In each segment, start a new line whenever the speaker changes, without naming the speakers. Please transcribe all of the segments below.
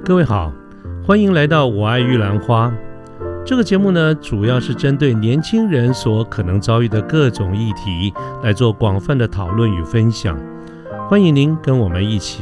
各位好，欢迎来到我爱玉兰花。这个节目呢，主要是针对年轻人所可能遭遇的各种议题来做广泛的讨论与分享。欢迎您跟我们一起。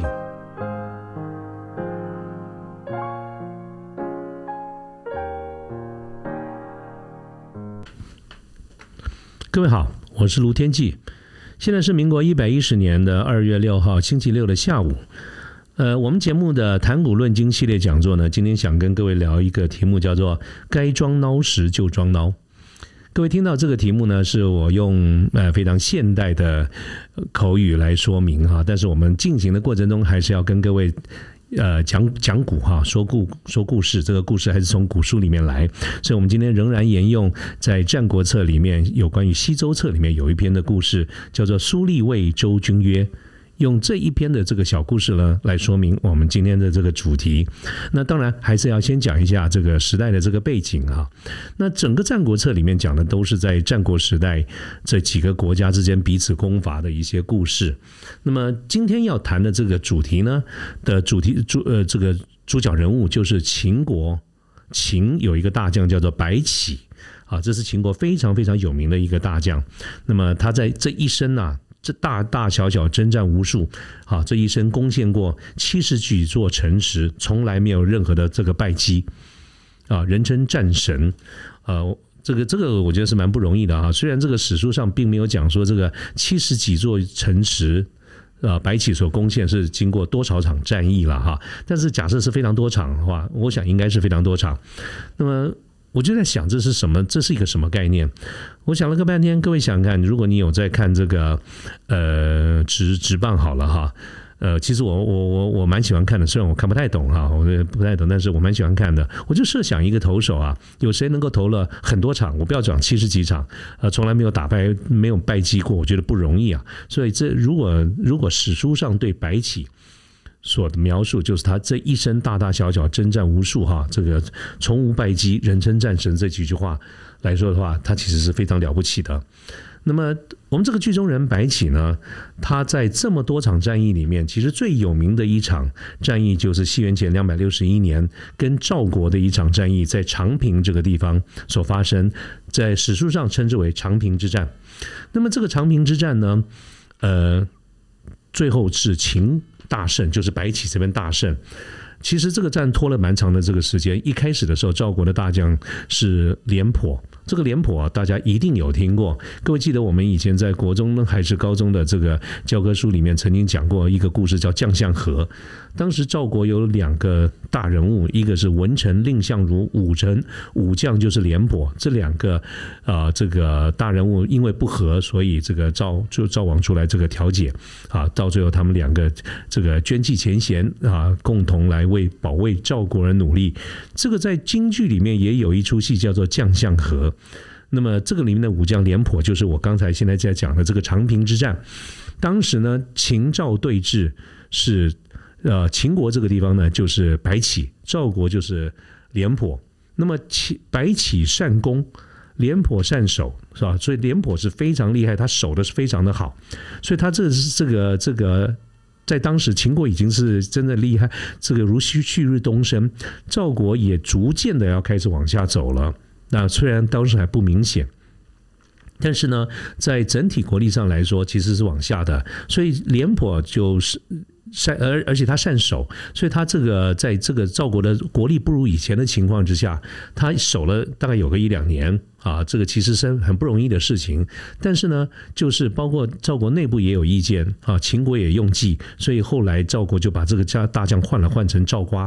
各位好，我是卢天记。现在是民国110年的2月6号星期六的下午。我们节目的谈古论今系列讲座呢，今天想跟各位聊一个题目，叫做该装孬时就装孬。各位听到这个题目呢，是我用非常现代的口语来说明哈，但是我们进行的过程中还是要跟各位讲古哈，说故事，这个故事还是从古书里面来，所以我们今天仍然沿用在《战国策》里面有关于西周策里面有一篇的故事，叫做苏厉谓周君曰。用这一篇的这个小故事呢，来说明我们今天的这个主题。那当然还是要先讲一下这个时代的这个背景啊。那整个《战国策》里面讲的都是在战国时代这几个国家之间彼此攻伐的一些故事。那么今天要谈的这个主题呢的这个主角人物就是秦国。秦有一个大将叫做白起啊，这是秦国非常非常有名的一个大将。那么他在这一生啊，这大大小小征战无数，这一生攻陷过70几座城池，从来没有任何的这个败绩，人称战神。这个我觉得是蛮不容易的啊。虽然这个史书上并没有讲说这个70几座城池，白起所攻陷是经过多少场战役了哈，但是假设是非常多场的话，我想应该是非常多场。那么我就在想，这是什么？这是一个什么概念？我想了个半天，各位想想看，如果你有在看这个职棒好了哈，其实我蛮喜欢看的，虽然我看不太懂哈，我不太懂，但是我蛮喜欢看的。我就设想一个投手啊，有谁能够投了很多场？我不要讲70几场，从来没有败绩过，我觉得不容易啊。所以这如果史书上对白起所的描述，就是他这一生大大小小征战无数哈，这个从无败绩，人称战神这几句话来说的话，他其实是非常了不起的。那么我们这个剧中人白起呢，他在这么多场战役里面，其实最有名的一场战役就是西元前261年跟赵国的一场战役，在长平这个地方所发生，在史书上称之为长平之战。那么这个长平之战呢，最后是秦大胜，就是白起这边大胜。其实这个战拖了蛮长的这个时间。一开始的时候，赵国的大将是廉颇。这个廉颇大家一定有听过。各位记得我们以前在国中还是高中的这个教科书里面曾经讲过一个故事，叫将相和。当时赵国有2个大人物，一个是文臣蔺相如，武将就是廉颇。这2个这个大人物因为不和，所以这个赵王出来这个调解啊，到最后他们2个这个捐弃前嫌啊，共同来为保卫赵国而努力。这个在京剧里面也有一出戏叫做将相和。那么这个里面的武将廉颇就是我刚才现在在讲的这个长平之战。当时呢，秦赵对峙是秦国这个地方呢就是白起，赵国就是廉颇。那么白起善攻，廉颇善守，是吧？所以廉颇是非常厉害，他守的是非常的好，所以他这个在当时秦国已经是真的厉害，这个如旭日东升，赵国也逐渐的要开始往下走了。那虽然当时还不明显，但是呢，在整体国力上来说，其实是往下的。所以廉颇就是而且他善守，所以他这个在这个赵国的国力不如以前的情况之下，他守了大概有个1-2年啊，这个其实是很不容易的事情。但是呢，就是包括赵国内部也有意见啊，秦国也用计，所以后来赵国就把这个大将换成赵瓜。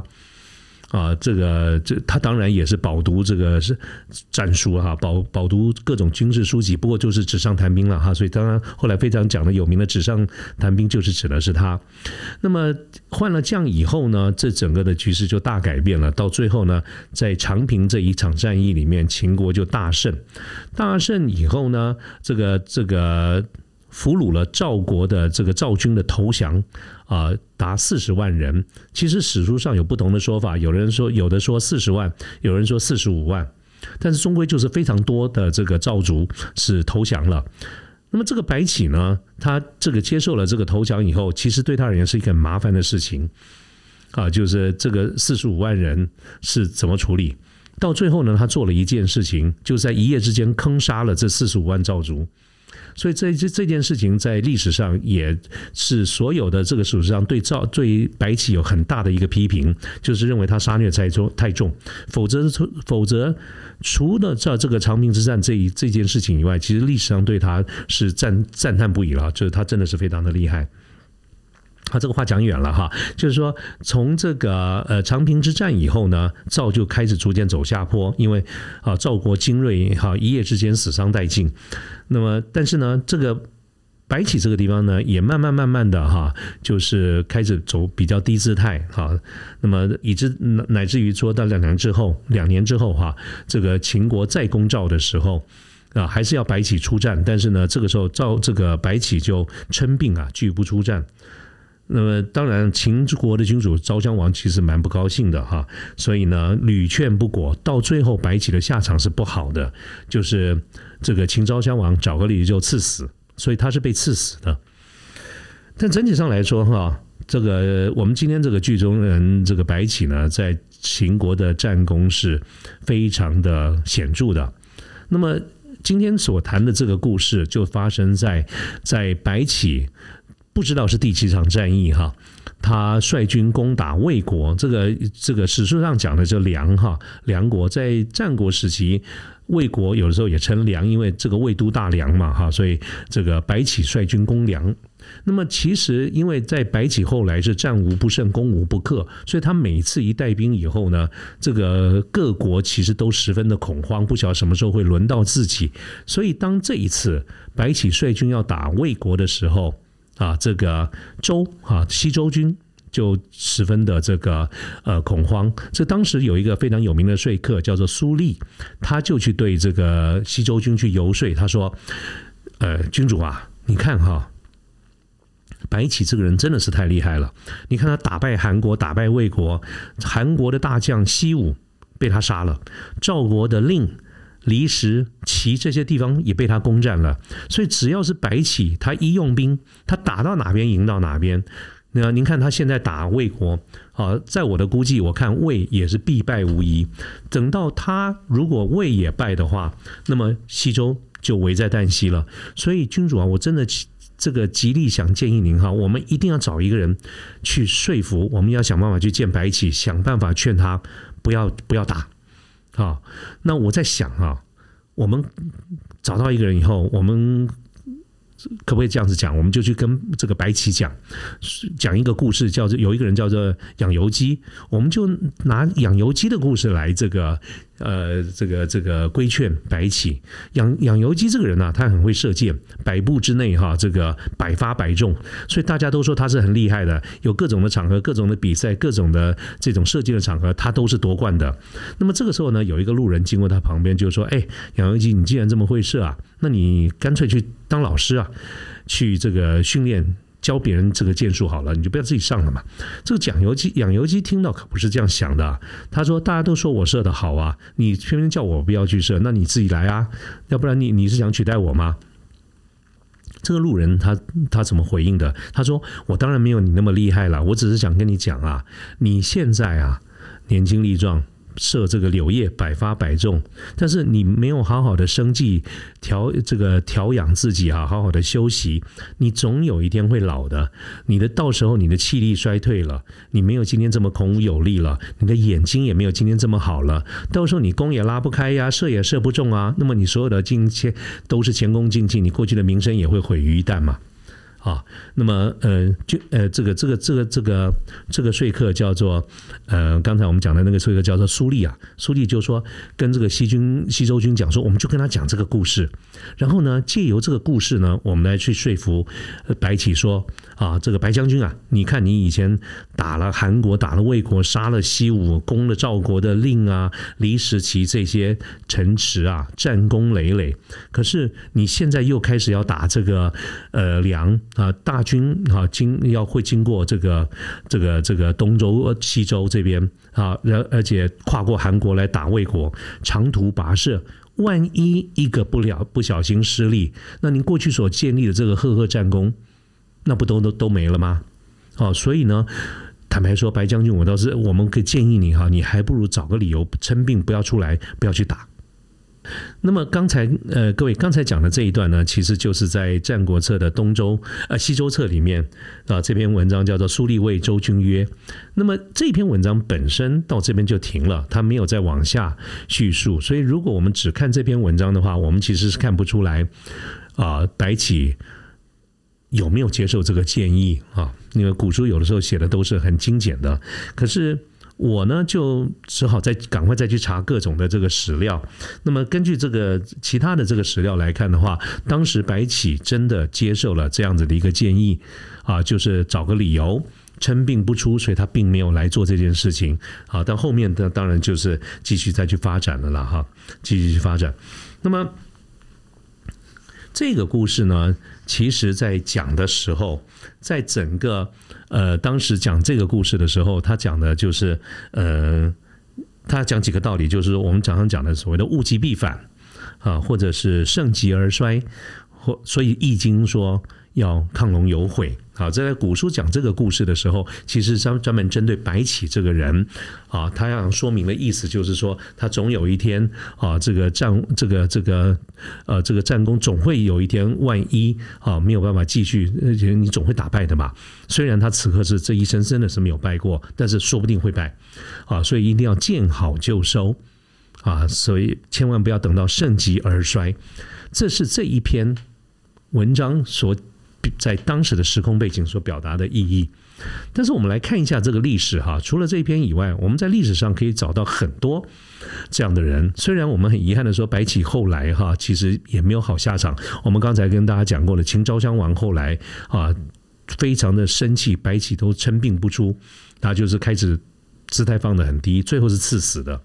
他当然也是饱读这个是战书哈，饱读各种军事书籍，不过就是纸上谈兵了哈，所以当然后来非常讲的有名的纸上谈兵就是指的是他。那么换了将以后呢，这整个的局势就大改变了。到最后呢，在长平这一场战役里面，秦国就大胜。大胜以后呢，这个俘虏了赵国的这个赵军的投降达40万人。其实史书上有不同的说法，有的说40万，有人说45万，但是终归就是非常多的这个赵族是投降了。那么这个白起呢，他这个接受了这个投降以后，其实对他而言是一个很麻烦的事情。 啊，就是这个45万人是怎么处理。到最后呢，他做了一件事情，就在一夜之间坑杀了这45万赵族。所以这件事情在历史上也是所有的这个史上对白起有很大的一个批评，就是认为他杀虐太重，否则除了这个长平之战这件事情以外，其实历史上对他是赞叹不已了，就是他真的是非常的厉害。这个话讲远了哈，就是说从这个长平之战以后呢，赵就开始逐渐走下坡，因为赵国精锐一夜之间死伤殆尽。那么但是呢，这个白起这个地方呢，也慢慢的就是开始走比较低姿态哈。那么乃至于说到2年之后这个秦国再攻赵的时候还是要白起出战，但是呢，这个时候这个白起就称病拒不出战。那么当然秦国的君主昭襄王其实蛮不高兴的哈，所以呢屡劝不果，到最后白起的下场是不好的，就是这个秦昭襄王找个理由就赐死，所以他是被赐死的。但整体上来说这个我们今天这个剧中人这个白起呢，在秦国的战功是非常的显著的。那么今天所谈的这个故事就发生在白起不知道是第几场战役他率军攻打魏国，这个史书上讲的叫梁国，在战国时期，魏国有的时候也称梁，因为这个魏都大梁嘛所以这个白起率军攻梁。那么其实因为在白起后来是战无不胜，攻无不克，所以他每次一带兵以后呢，这个各国其实都十分的恐慌，不晓得什么时候会轮到自己。所以当这一次白起率军要打魏国的时候这个西周军就十分的这个恐慌。这当时有一个非常有名的说客叫做苏厉，他就去对这个西周军去游说，他说君主你看白起这个人真的是太厉害了，你看他打败韩国，打败魏国，韩国的大将西武被他杀了，赵国的令离石、齐这些地方也被他攻占了，所以只要是白起，他一用兵，他打到哪边赢到哪边。那您看他现在打魏国在我的估计，我看魏也是必败无疑。等到他如果魏也败的话，那么西周就危在旦夕了。所以君主我真的这个极力想建议您我们一定要找一个人去说服，我们要想办法去见白起，想办法劝他不要打。那我在想我们找到一个人以后，我们可不可以这样子讲？我们就去跟这个白起讲一个故事，有一个人叫做养由基，我们就拿养由基的故事来这个规劝白起。养由基这个人他很会射箭，100步之内这个100发100中，所以大家都说他是很厉害的。有各种的场合、各种的比赛、各种的这种射箭的场合，他都是夺冠的。那么这个时候呢，有一个路人经过他旁边，就说：“养由基，你既然这么会射那你干脆去当老师去这个训练。”教别人这个箭术好了，你就不要自己上了嘛。这个养由基听到可不是这样想的他说大家都说我射得好你偏偏叫我不要去射，那你自己来要不然你是想取代我吗？这个路人他怎么回应的？他说我当然没有你那么厉害了，我只是想跟你讲你现在年轻力壮，射这个柳叶100发100中，但是你没有好好的生计调养自己好好的休息，你总有一天会老的。到时候你的气力衰退了，你没有今天这么孔武有力了，你的眼睛也没有今天这么好了，到时候你弓也拉不开射也射不中那么你所有的都是前功尽弃，你过去的名声也会毁于一旦嘛。那么这个说客叫做刚才我们讲的那个说客叫做苏厉苏厉就说跟这个西周军讲说，我们就跟他讲这个故事，然后呢借由这个故事呢，我们来去说服白起说这个白将军你看你以前打了韩国，打了魏国，杀了西武，攻了赵国的令离石、齐这些城池战功累累，可是你现在又开始要打这个梁大军会经过这个东周、西周这边而且跨过韩国来打魏国，长途跋涉，万一一个不小心失利，那您过去所建立的这个赫赫战功，那不都没了吗？所以呢， 坦白说，白将军，我们可以建议你哈，你还不如找个理由称病，不要出来，不要去打。那么各位刚才讲的这一段呢，其实就是在《战国策》的西周策里面这篇文章叫做《苏厉谓周君曰》。那么这篇文章本身到这边就停了，它没有再往下叙述，所以如果我们只看这篇文章的话，我们其实是看不出来白起有没有接受这个建议啊？因为古书有的时候写的都是很精简的，可是我呢就只好赶快再去查各种的这个史料。那么根据这个其他的这个史料来看的话，当时白起真的接受了这样子的一个建议就是找个理由称病不出，所以他并没有来做这件事情但后面的当然就是继续再去发展了啦继续去发展。那么这个故事呢，其实在讲的时候，在整个当时讲这个故事的时候，他讲的就是他讲几个道理，就是我们常常讲的所谓的物极必反或者是盛极而衰，所以易经说要亢龙有悔。在古书讲这个故事的时候，其实专门针对白起这个人他要说明的意思就是说，他总有一天这个战功总会有一天，万一没有办法继续，你总会打败的嘛。虽然他此刻是这一生真的是没有败过，但是说不定会败所以一定要见好就收所以千万不要等到盛极而衰。这是这一篇文章在当时的时空背景所表达的意义。但是我们来看一下这个历史除了这一篇以外，我们在历史上可以找到很多这样的人。虽然我们很遗憾的说，白起后来其实也没有好下场。我们刚才跟大家讲过了，秦昭襄王后来非常的生气，白起都称病不出，他就是开始姿态放得很低，最后是赐死的。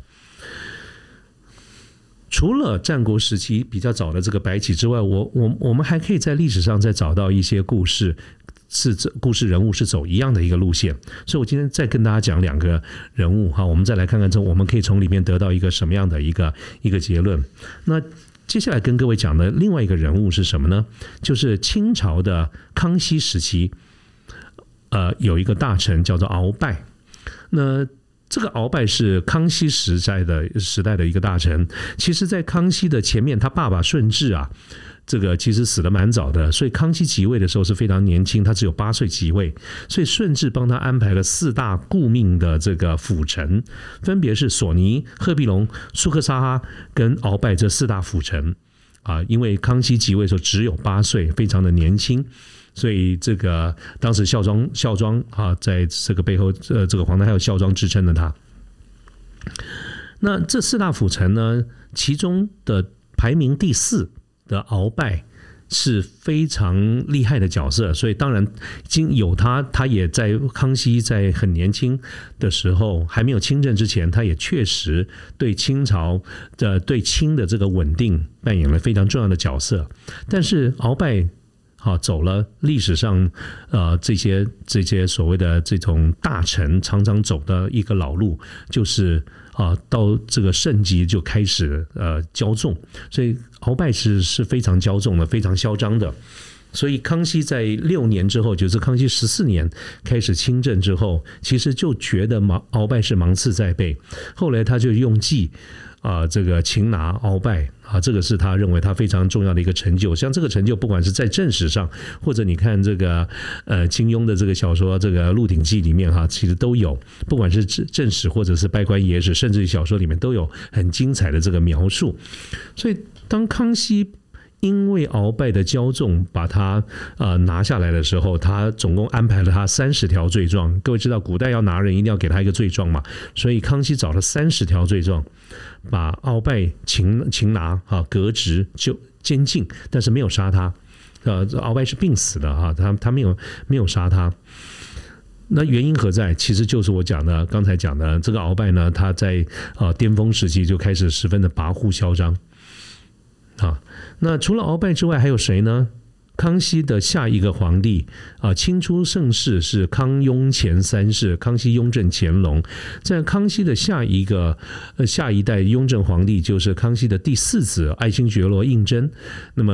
除了战国时期比较早的这个白起之外，我们还可以在历史上再找到一些故事人物是走一样的一个路线。所以我今天再跟大家讲两个人物我们再来看看我们可以从里面得到一个什么样的一个结论。那接下来跟各位讲的另外一个人物是什么呢？就是清朝的康熙时期有一个大臣叫做鳌拜。那这个鳌拜是康熙时代的一个大臣。其实在康熙的前面，他爸爸顺治这个其实死得蛮早的，所以康熙即位的时候是非常年轻，他只有8岁即位。所以顺治帮他安排了4大顾命的这个辅臣，分别是索尼、赫必龙、苏克沙哈跟鳌拜这4大辅臣因为康熙即位的时候只有8岁，非常的年轻，所以这个当时孝庄在这个背后这个皇太后孝庄支撑了他。那这4大辅臣呢，其中的排名第4的鳌拜是非常厉害的角色，所以当然经有他也在康熙在很年轻的时候还没有亲政之前，他也确实对清朝的对清的这个稳定扮演了非常重要的角色。但是鳌拜走了历史上这些所谓的这种大臣常常走的一个老路，就是到这个盛极就开始骄纵，所以鳌拜是非常骄纵的，非常嚣张的。所以康熙在6年之后，就是康熙14年开始亲政之后，其实就觉得鳌拜是芒刺在背，后来他就用计这个擒拿鳌拜这个是他认为他非常重要的一个成就。像这个成就，不管是在正史上，或者你看这个金庸的这个小说这个《鹿鼎记》里面其实都有，不管是正史或者是稗官野史，甚至于小说里面都有很精彩的这个描述。所以当康熙因为鳌拜的骄纵把他拿下来的时候，他总共安排了他30条罪状。各位知道古代要拿人一定要给他一个罪状嘛，所以康熙找了30条罪状，把鳌拜擒拿革职就监禁，但是没有杀他。鳌拜是病死的他没有杀他。那原因何在？其实就是我刚才讲的这个鳌拜呢，他在巅峰时期就开始十分的跋扈嚣张那除了鳌拜之外还有谁呢？康熙的下一个皇帝清初盛世是康雍乾3世，康熙、雍正、乾隆。在康熙的下一代雍正皇帝就是康熙的第4子爱新觉罗胤禛。那么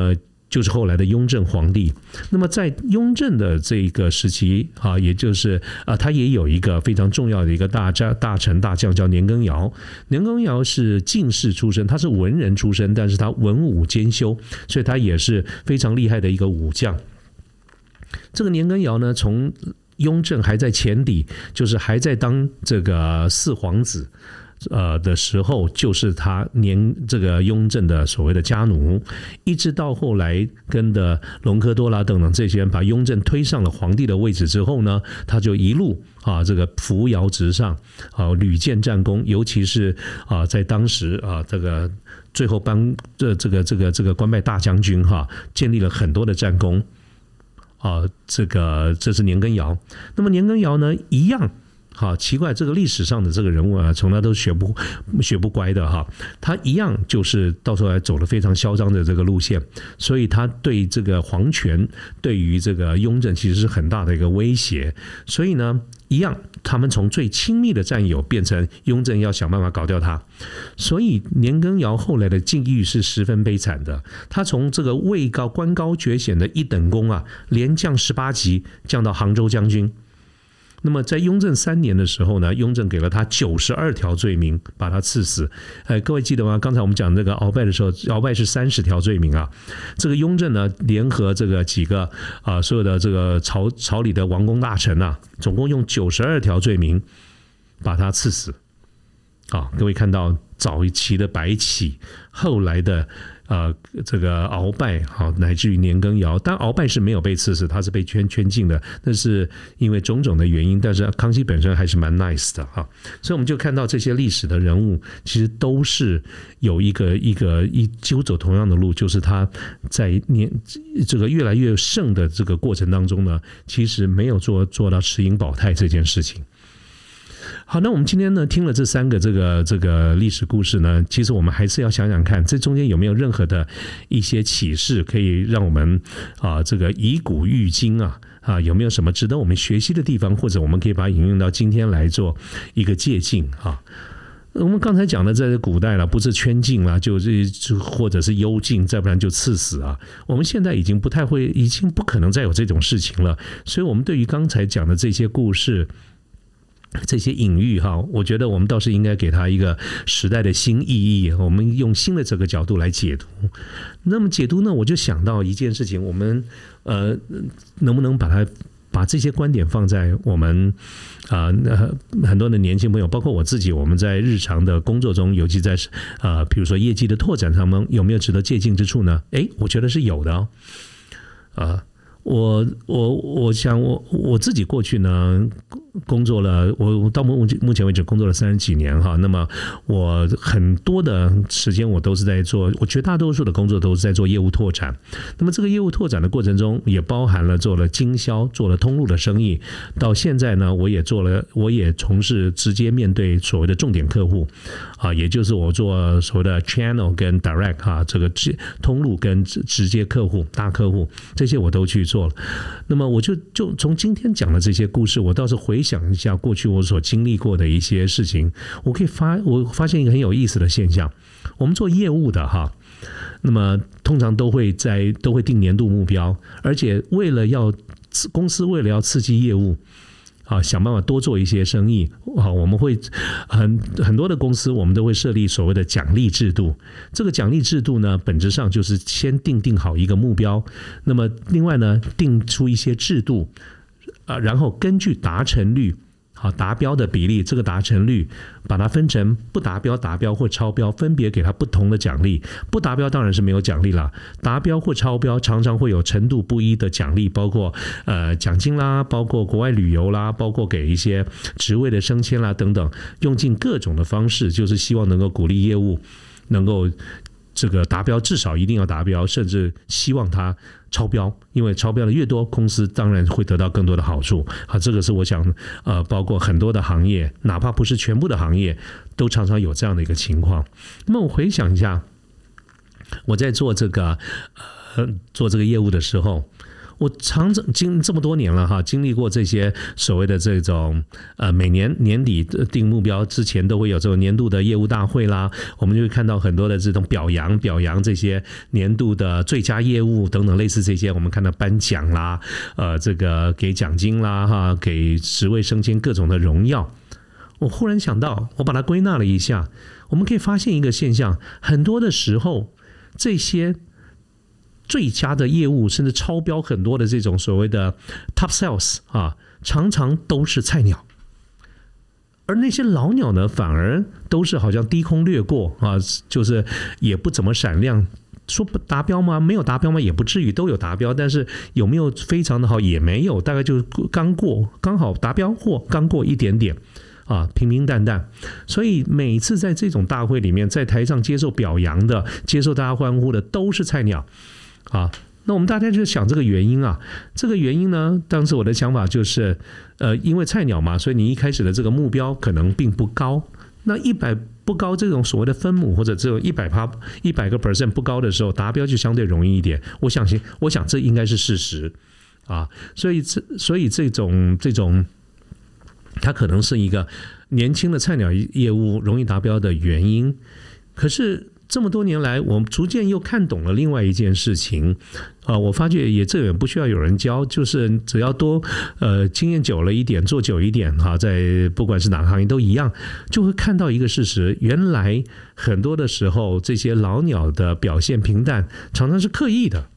就是后来的雍正皇帝。那么在雍正的这个时期啊，也就是他也有一个非常重要的一个大臣大将叫年羹尧。年羹尧是进士出身，他是文人出身，但是他文武兼修，所以他也是非常厉害的一个武将。这个年羹尧呢，从雍正还在前邸，就是还在当这个四皇子的时候，就是他这个雍正的所谓的家奴，一直到后来跟的隆科多啦等等这些人把雍正推上了皇帝的位置之后呢，他就一路这个扶摇直上屡建战功，尤其是在当时这个最后帮这个官拜大将军建立了很多的战功这是年羹尧。那么年羹尧呢，一样。好奇怪，这个历史上的这个人物从来都学不乖的他一样就是到头来走了非常嚣张的这个路线，所以他对这个皇权，对于这个雍正其实是很大的一个威胁。所以呢，一样，他们从最亲密的战友变成雍正要想办法搞掉他。所以年羹尧后来的境遇是十分悲惨的，他从这个位高官高爵显的一等功连降18级，降到杭州将军。那么在雍正3年的时候呢，雍正给了他92条罪名，把他赐死。各位记得吗？刚才我们讲这个鳌拜的时候，鳌拜是30条罪名这个雍正呢，联合这个几个所有的这个朝里的王公大臣总共用92条罪名把他赐死。各位看到早期的白起，后来的这个鳌拜乃至于年羹尧，但鳌拜是没有被赐死，他是被圈禁的，那是因为种种的原因。但是康熙本身还是蛮 nice 的所以我们就看到这些历史的人物，其实都是有一就走同样的路，就是他在这个越来越盛的这个过程当中呢，其实没有做到持盈保泰这件事情。好，那我们今天呢听了这3个这个历史故事呢，其实我们还是要想想看，这中间有没有任何的一些启示，可以让我们这个以古喻今有没有什么值得我们学习的地方，或者我们可以把它引用到今天来做一个借鉴我们刚才讲的在古代不是圈禁就或者是幽禁，再不然就赐死我们现在已经不可能再有这种事情了。所以我们对于刚才讲的这些故事，这些隐喻我觉得我们倒是应该给它一个时代的新意义，我们用新的这个角度来解读。那么解读呢，我就想到一件事情，我们能不能把这些观点放在我们很多的年轻朋友，包括我自己，我们在日常的工作中，尤其在比如说业绩的拓展上面，有没有值得借鉴之处呢？我觉得是有的我想我自己过去呢工作了，我到目前为止工作了30几年那么我很多的时间我都是在做，我绝大多数的工作都是在做业务拓展。那么这个业务拓展的过程中，也包含了做了经销，做了通路的生意。到现在呢，我也从事直接面对所谓的重点客户也就是我做所谓的 channel 跟 direct 这个通路跟直接客户、大客户，这些我都去做了。那么我就从今天讲的这些故事，我倒是回想一下过去我所经历过的一些事情，我发现一个很有意思的现象。我们做业务的那么通常都会定年度目标，而且公司为了要刺激业务想办法多做一些生意我们会很多的公司，我们都会设立所谓的奖励制度。这个奖励制度呢，本质上就是先定好一个目标，那么另外呢，定出一些制度然后根据达成率达标的比例，这个达成率把它分成不达标、达标或超标，分别给它不同的奖励。不达标当然是没有奖励啦，达标或超标常常会有程度不一的奖励，包括奖金啦，包括国外旅游啦，包括给一些职位的升迁啦等等，用尽各种的方式，就是希望能够鼓励业务能够这个达标，至少一定要达标，甚至希望它超标，因为超标的越多，公司当然会得到更多的好处这个是我想包括很多的行业，哪怕不是全部的行业，都常常有这样的一个情况。那么我回想一下，我在做这个业务的时候， 我这么多年了哈，经历过这些所谓的这种每年年底定目标之前都会有这种年度的业务大会啦，我们就会看到很多的这种表扬这些年度的最佳业务等等类似这些，我们看到颁奖啦，这个给奖金啦哈，给职位升迁各种的荣耀。我忽然想到，我把它归纳了一下，我们可以发现一个现象，很多的时候这些最佳的业务甚至超标很多的这种所谓的 top sales 啊，常常都是菜鸟，而那些老鸟呢，反而都是好像低空掠过啊，就是也不怎么闪亮。说达标吗？没有达标吗？也不至于，都有达标，但是有没有非常的好？也没有，大概就刚过，刚好达标或刚过一点点。啊，平平淡淡，所以每次在这种大会里面，在台上接受表扬的、接受大家欢呼的，都是菜鸟啊。那我们大家就想这个原因啊，这个原因呢，当时我的想法就是，因为菜鸟嘛，所以你一开始的这个目标可能并不高。那100不高，这种所谓的分母或者这种100% 不高的时候，达标就相对容易一点。我想这应该是事实啊。所以这种。它可能是一个年轻的菜鸟业务容易达标的原因，可是这么多年来，我们逐渐又看懂了另外一件事情我发觉这也不需要有人教，就是只要多经验久了一点，做久一点在不管是哪个行业都一样，就会看到一个事实，原来很多的时候这些老鸟的表现平淡，常常是刻意的。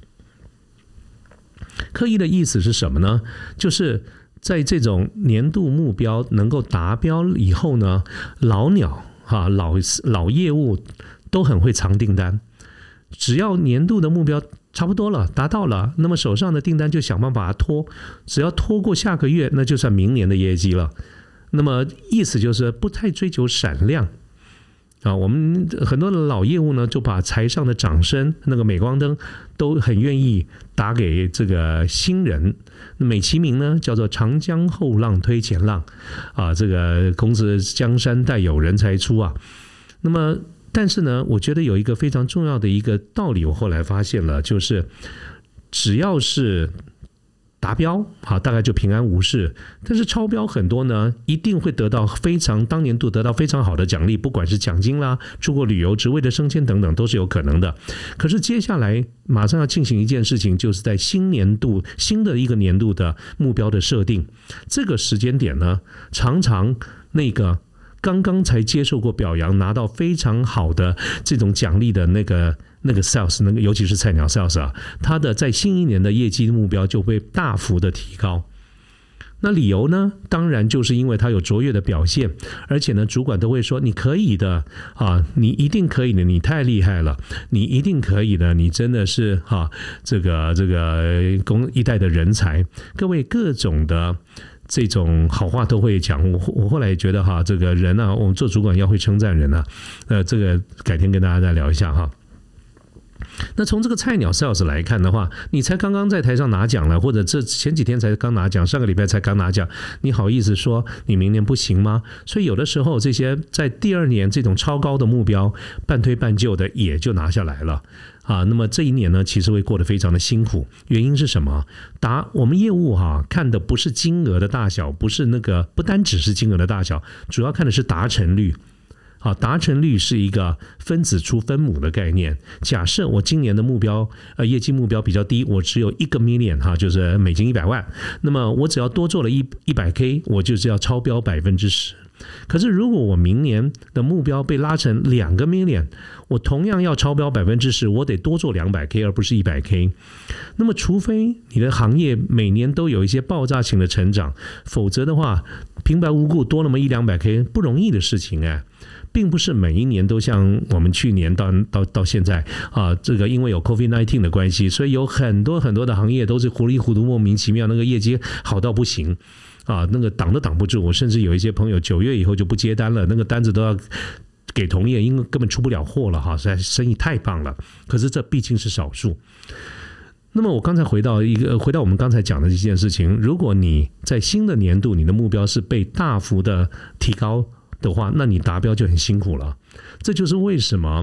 刻意的意思是什么呢？就是在这种年度目标能够达标以后呢，老鸟老业务都很会藏订单，只要年度的目标差不多了，达到了，那么手上的订单就想办法把它拖，只要拖过下个月，那就算明年的业绩了。那么意思就是不太追求闪亮我们很多的老业务呢，就把台上的掌声那个镁光灯都很愿意打给这个新人，美其名呢叫做长江后浪推前浪这个公子江山代有人才出那么但是呢，我觉得有一个非常重要的一个道理，我后来发现了，就是只要是达标大概就平安无事，但是超标很多呢，一定会得到当年度得到非常好的奖励，不管是奖金啦、出国旅游、职位的升迁等等，都是有可能的。可是接下来马上要进行一件事情，就是在新的一个年度的目标的设定，这个时间点呢，常常那个刚刚才接受过表扬，拿到非常好的这种奖励的那个 sales， 尤其是菜鸟 sales 他的在新一年的业绩目标就会大幅的提高。那理由呢？当然就是因为他有卓越的表现，而且呢，主管都会说你可以的你一定可以的，你太厉害了，你一定可以的，你真的是这个一代的人才。各位各种的这种好话都会讲，我后来也觉得这个人我们做主管要会称赞人这个改天跟大家再聊一下那从这个菜鸟 sales 来看的话，你才刚刚在台上拿奖了，或者这前几天才刚拿奖，上个礼拜才刚拿奖，你好意思说你明年不行吗？所以有的时候这些在第二年这种超高的目标半推半就的也就拿下来了那么这一年呢，其实会过得非常的辛苦。原因是什么？我们业务看的不是金额的大小，不单只是金额的大小，主要看的是达成率。达成率是一个分子出分母的概念。假设我今年的目标业绩目标比较低，我只有1个 million 就是美金100万，那么我只要多做了100K， 我就是要超标 10%。可是如果我明年的目标被拉成2个 million， 我同样要超标 10%， 我得多做200K 而不是 100K。 那么除非你的行业每年都有一些爆炸型的成长，否则的话平白无故多那么100-200K 不容易的事情并不是每一年都像我们去年到现在这个因为有 COVID-19 的关系，所以有很多很多的行业都是糊里糊涂莫名其妙，那个业绩好到不行那个挡都挡不住。我甚至有一些朋友9月以后就不接单了，那个单子都要给同业，因为根本出不了货了实在生意太棒了。可是这毕竟是少数。那么我刚才回到我们刚才讲的这件事情，如果你在新的年度你的目标是被大幅的提高的话，那你达标就很辛苦了。这就是为什么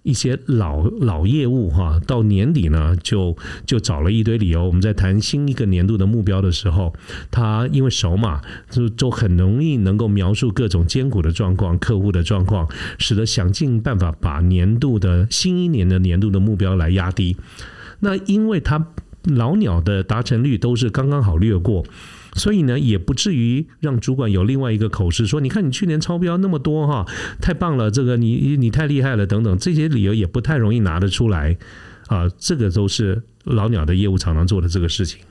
一些老业务到年底呢就找了一堆理由。我们在谈新一个年度的目标的时候，他因为熟嘛，就很容易能够描述各种艰苦的状况、客户的状况，使得想尽办法把新一年的年度的目标来压低。那因为他老鸟的达成率都是刚刚好略过，所以呢，也不至于让主管有另外一个口实说，你看你去年超标那么多太棒了，这个你太厉害了等等，这些理由也不太容易拿得出来这个都是老鸟的业务常常做的这个事情。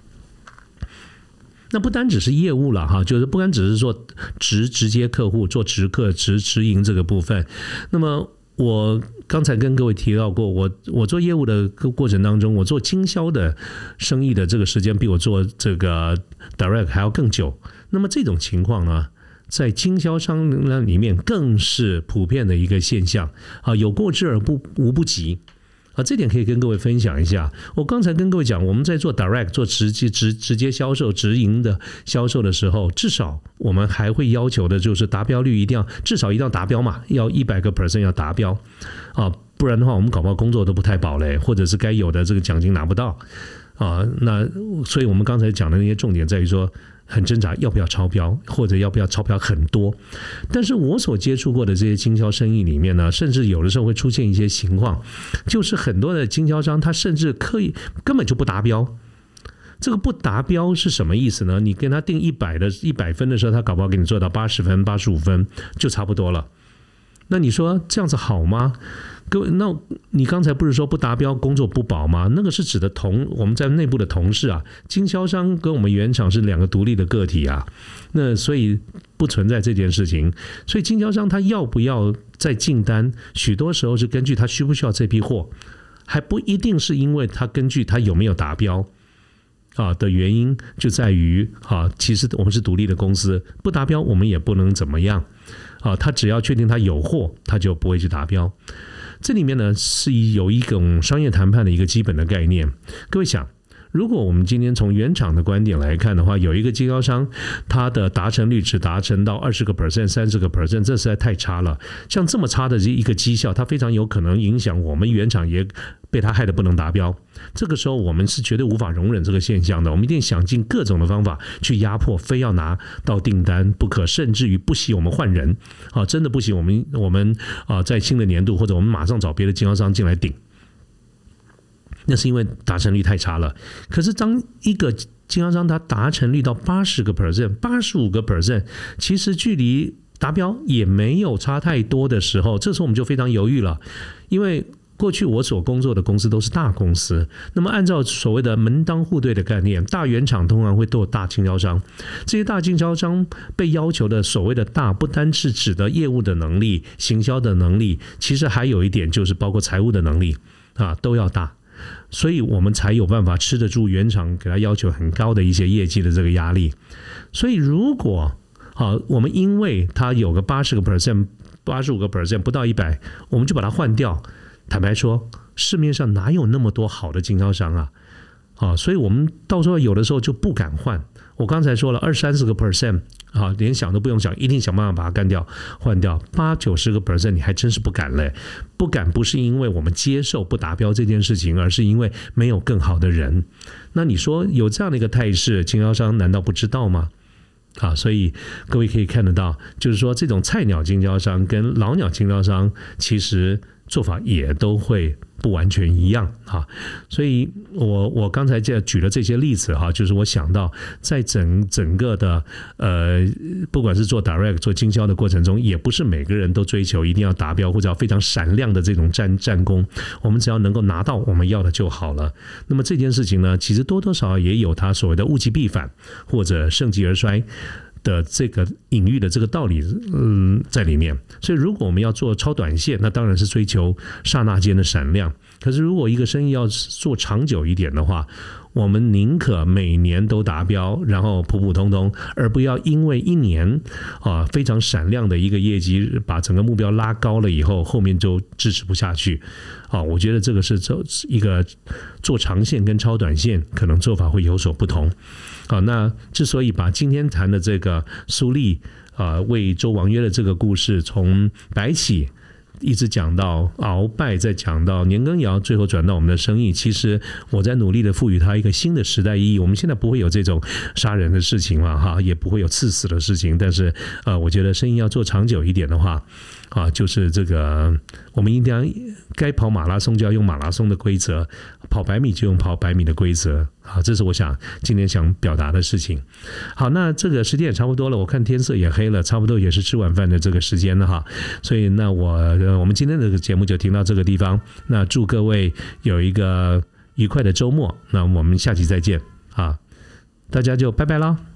那不单只是业务了就是不单只是说直接客户做直客直营这个部分。那么我刚才跟各位提到过，我做业务的过程当中，我做经销的生意的这个时间比我做这个 direct 还要更久。那么这种情况呢，在经销商里面更是普遍的一个现象有过之而无不及。这点可以跟各位分享一下。我刚才跟各位讲，我们在做 direct 做直接销售直营的销售的时候，至少我们还会要求的就是达标率至少一定要达标嘛，要100% 要达标不然的话我们搞不好工作都不太保嘞，或者是该有的这个奖金拿不到那所以我们刚才讲的那些重点在于说，很挣扎要不要超标，或者要不要超标很多。但是我所接触过的这些经销生意里面呢，甚至有的时候会出现一些情况，就是很多的经销商他甚至根本就不达标。这个不达标是什么意思呢？你跟他定100分的时候，他搞不好给你做到80分、85分就差不多了。那你说这样子好吗？各位，那你刚才不是说不达标工作不保吗？那个是指的我们在内部的同事经销商跟我们原厂是两个独立的个体那所以不存在这件事情。所以经销商他要不要再进单，许多时候是根据他需不需要这批货，还不一定是因为他根据他有没有达标的原因，就在于其实我们是独立的公司，不达标我们也不能怎么样他只要确定他有货，他就不会去达标。这里面呢是有一种商业谈判的一个基本的概念。各位想，如果我们今天从原厂的观点来看的话，有一个经销商他的达成率只达成到20%、30%，这实在太差了。像这么差的一个绩效，它非常有可能影响我们原厂，也被他害得不能达标。这个时候我们是绝对无法容忍这个现象的，我们一定想尽各种的方法去压迫，非要拿到订单不可，甚至于不惜我们换人真的不惜我们在新的年度或者我们马上找别的经销商进来顶。那是因为达成率太差了。可是当一个经销商他达成率到80%、85%，其实距离达标也没有差太多的时候，这时候我们就非常犹豫了。因为过去我所工作的公司都是大公司，那么按照所谓的门当户对的概念，大原厂通常会都有大经销商。这些大经销商被要求的所谓的大，不单是指的业务的能力、行销的能力，其实还有一点就是包括财务的能力都要大。所以我们才有办法吃得住原厂给他要求很高的一些业绩的这个压力。所以如果我们因为他有个80%、85%不到100%，我们就把它换掉。坦白说，市面上哪有那么多好的经销商所以我们到时候有的时候就不敢换。我刚才说了20-30%连想都不用想，一定想办法把它干掉换掉。80-90%你还真是不敢嘞。不敢不是因为我们接受不达标这件事情，而是因为没有更好的人。那你说有这样的一个态势，经销商难道不知道吗？所以各位可以看得到，就是说这种菜鸟经销商跟老鸟经销商其实做法也都会不完全一样所以我刚才举了这些例子就是我想到在整个的不管是做 direct 做经销的过程中，也不是每个人都追求一定要达标或者要非常闪亮的这种战功，我们只要能够拿到我们要的就好了。那么这件事情呢，其实多多少少也有它所谓的物极必反或者盛极而衰的这个隐喻的这个道理在里面。所以如果我们要做超短线，那当然是追求刹那间的闪亮。可是如果一个生意要做长久一点的话，我们宁可每年都达标，然后普普通通，而不要因为一年非常闪亮的一个业绩把整个目标拉高了以后，后面就支持不下去我觉得这个是一个做长线跟超短线可能做法会有所不同那之所以把今天谈的这个苏丽为周王约的这个故事从白起一直讲到鳌拜，再讲到年羹尧，最后转到我们的生意。其实我在努力的赋予它一个新的时代意义。我们现在不会有这种杀人的事情了哈，也不会有刺死的事情。但是我觉得生意要做长久一点的话，就是这个我们一定要该跑马拉松就要用马拉松的规则，跑100米就用跑100米的规则。好，这是我想今天想表达的事情。好，那这个时间也差不多了，我看天色也黑了，差不多也是吃晚饭的这个时间了哈。所以那我们今天的节目就停到这个地方。那祝各位有一个愉快的周末。那我们下期再见啊，大家就拜拜啦。